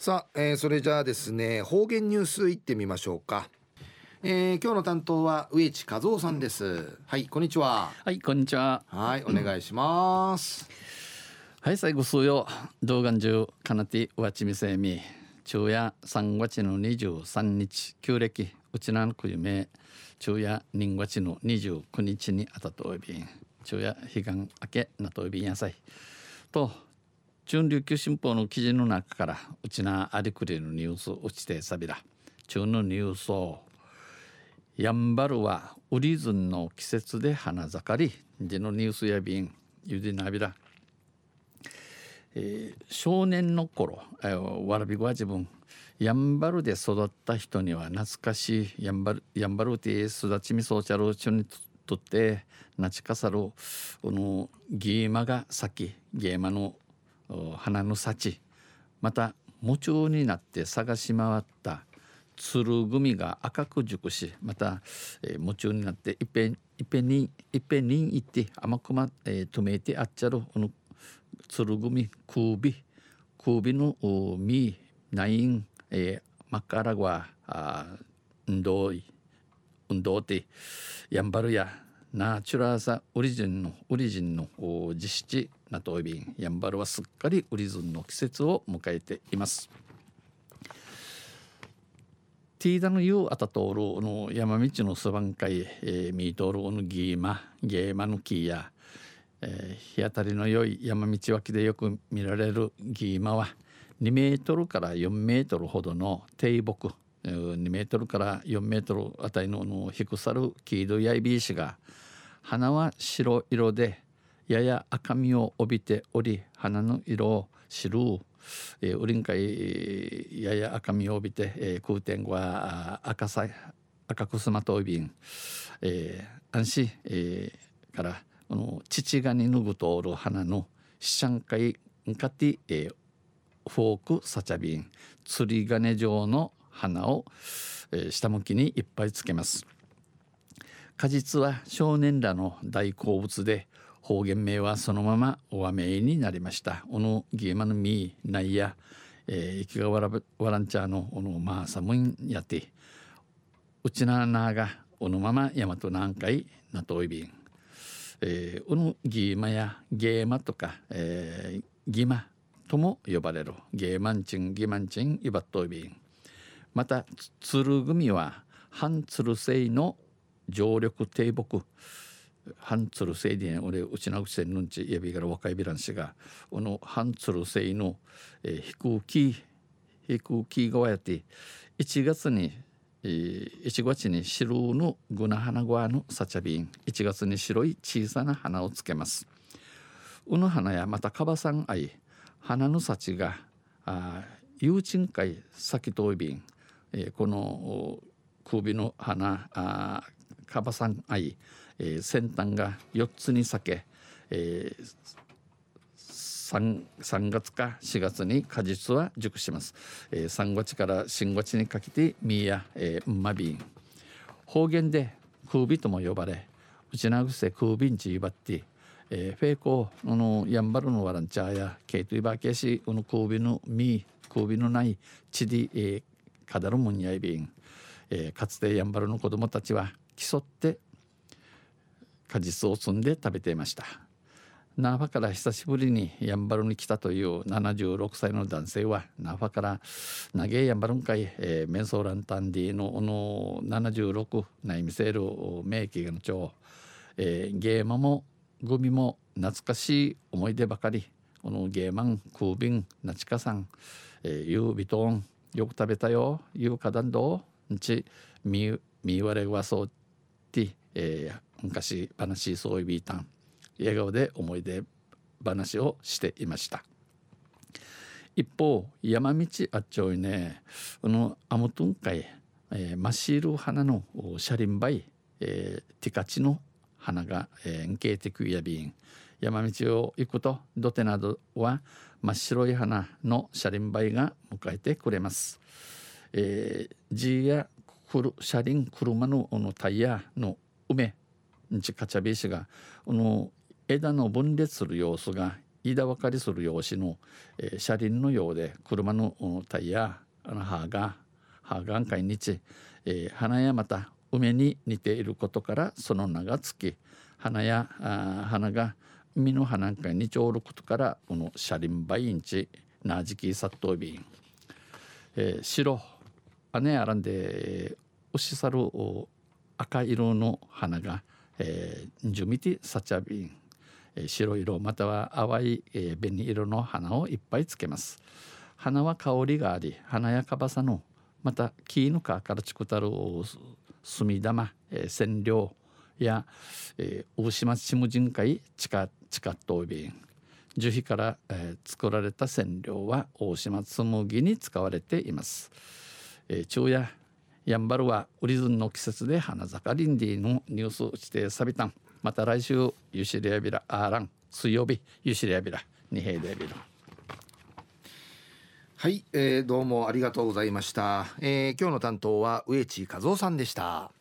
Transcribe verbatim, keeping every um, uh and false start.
さあ、えー、それじゃあですね、方言ニュースいってみましょうか。えー、今日の担当は植地和夫さんです。はい、こんにちは。 はい、こんにちは。 はい、お願いします。 はい、最後数曜動画中かなてわちみせみ昼夜さんがつのにじゅうさんにち旧暦うちなのくゆめ昼夜にがつのにじゅうくにちにあたとおびん昼夜彼岸明けなとおびんやさいと中琉球新報の記事の中からうちなありくりのニュースうちてさびら中のニュースをやんばるはウリズンの季節で花盛りでのニュースやびんゆでなびら、えー、少年の頃、えー、わらびごは自分やんばるで育った人には懐かしいやんばるやんばるって育ちみそうちゃるうちにとってなちかさるこのギーマが咲きゲーマの花の幸また夢中になって探し回ったつる組が赤く熟しまた、えー、夢中になっていっぺんいっぺんにいっぺんに行って甘くま、えー、止めてあっちゃるこのつる組首首の実ナイン、えー、マッカラゴア運動運動ってやんばるやナチュラーザオリジンのオリジンの実質なといびんやんばるはすっかりオリズンの季節を迎えています。ティーダの言うあたとおるの山道のすばんかい、えー、ミートルのギーマゲーマの木や、えー、日当たりの良い山道脇でよく見られるギーマはにメートルからよんメートルほどの低木にメートルからよんメートルあたり の, の低さる黄色やいびいしが花は白色でやや赤みを帯びており花の色を白えー、ウリンカイやや赤みを帯びて、えー、空天は赤さ赤くすまといびん、えー、安心、えー、からこの父がにぬぐとおる花のシャンカインカティ、えー、フォークサチャビン釣り鐘状の花を、えー、下向きにいっぱいつけます。果実は少年らの大好物で方言名はそのまま和名になりました。おのギエマのミーナイヤ、えー、生きがわらわらんちゃのおのまあさむんやってうちなながおのまま大和南海なといびん、えー、おのギーマやゲーマとか、えー、ギマとも呼ばれるゲーマンチンギマンチンイバットイビンまたつる組は半つる性の常緑低木半ツルセイディン俺うちなくせんぬんちやびから若いビランシがこの半ツルセイの、えー、飛行機飛行機側やっていちがつに、えー、いちがつに白のグナ花側のサチャビンいちがつに白い小さな花をつけます。うの花やまたカバさんあい花の幸があ友人会先といびん、えー、この首の花あカバさんあいえー、先端がよっつに裂け、えー、3, さんがつかしがつに果実は熟します、えー、さんがつからしがつにかけてミーや、えー、マビン方言でクービとも呼ばれうちなぐせクービンチイバッティ、えー、フェイコーのやんばるのワランチャーやケイトイバーケシこのクービのミークービのないチディ、えー、カダルムンヤイビン、えー、かつてやんばるの子供たちは競って果実を摘んで食べていました。ナーファから久しぶりにやんばるに来たというななじゅうろくさいの男性はナーファから長いやんばるんかい、えー、メンソーランタンディののななじゅうろくない見せる名機の長、えー、ゲーマもグミも懐かしい思い出ばかりこのゲーマンクービンナチカさん、えー、ユービトンよく食べたよユーカダンドんちミーワレワソーティ、えー昔話そういびいたん笑顔で思い出話をしていました。一方山道あっちょいねこのアムトンカイ、えー、マシール花のシャリンバイ、えー、ティカチの花が、えー、ンケーテクイヤビン山道を行くと土手などは真っ白い花のシャリンバイが迎えてくれます。えー、ジーやクルシャリン車ののタイヤの梅んちカチャビシがこの枝の分裂する様子が枝分かりする用紙の、えー車輪のようで車のうんタイヤあの葉が葉がんかいにち、えー花やまた梅に似ていることからその名がつき、花やあ花が海の花かにちょうることからこの車輪バインチなじきさっとびん、えー、白姉あらんで牛さる赤色の花が、えー、ジュミティサチャビン、えー、白色または淡い、えー、紅色の花をいっぱいつけます。花は香りがあり、花やかばさのまた木の皮から作ったる墨玉、えー、染料や、えー、大島チムジンカイチカチカットビン樹皮から、えー、作られた染料は大島紬に使われています。えー、昼夜やんばるはウリズンの季節で花盛りんでのニュース指定サビタン、また来週ユシリアビラアーラン水曜日ユシリアビラ二平デビル。 はい、えー、どうもありがとうございました。えー、今日の担当は植地和夫さんでした。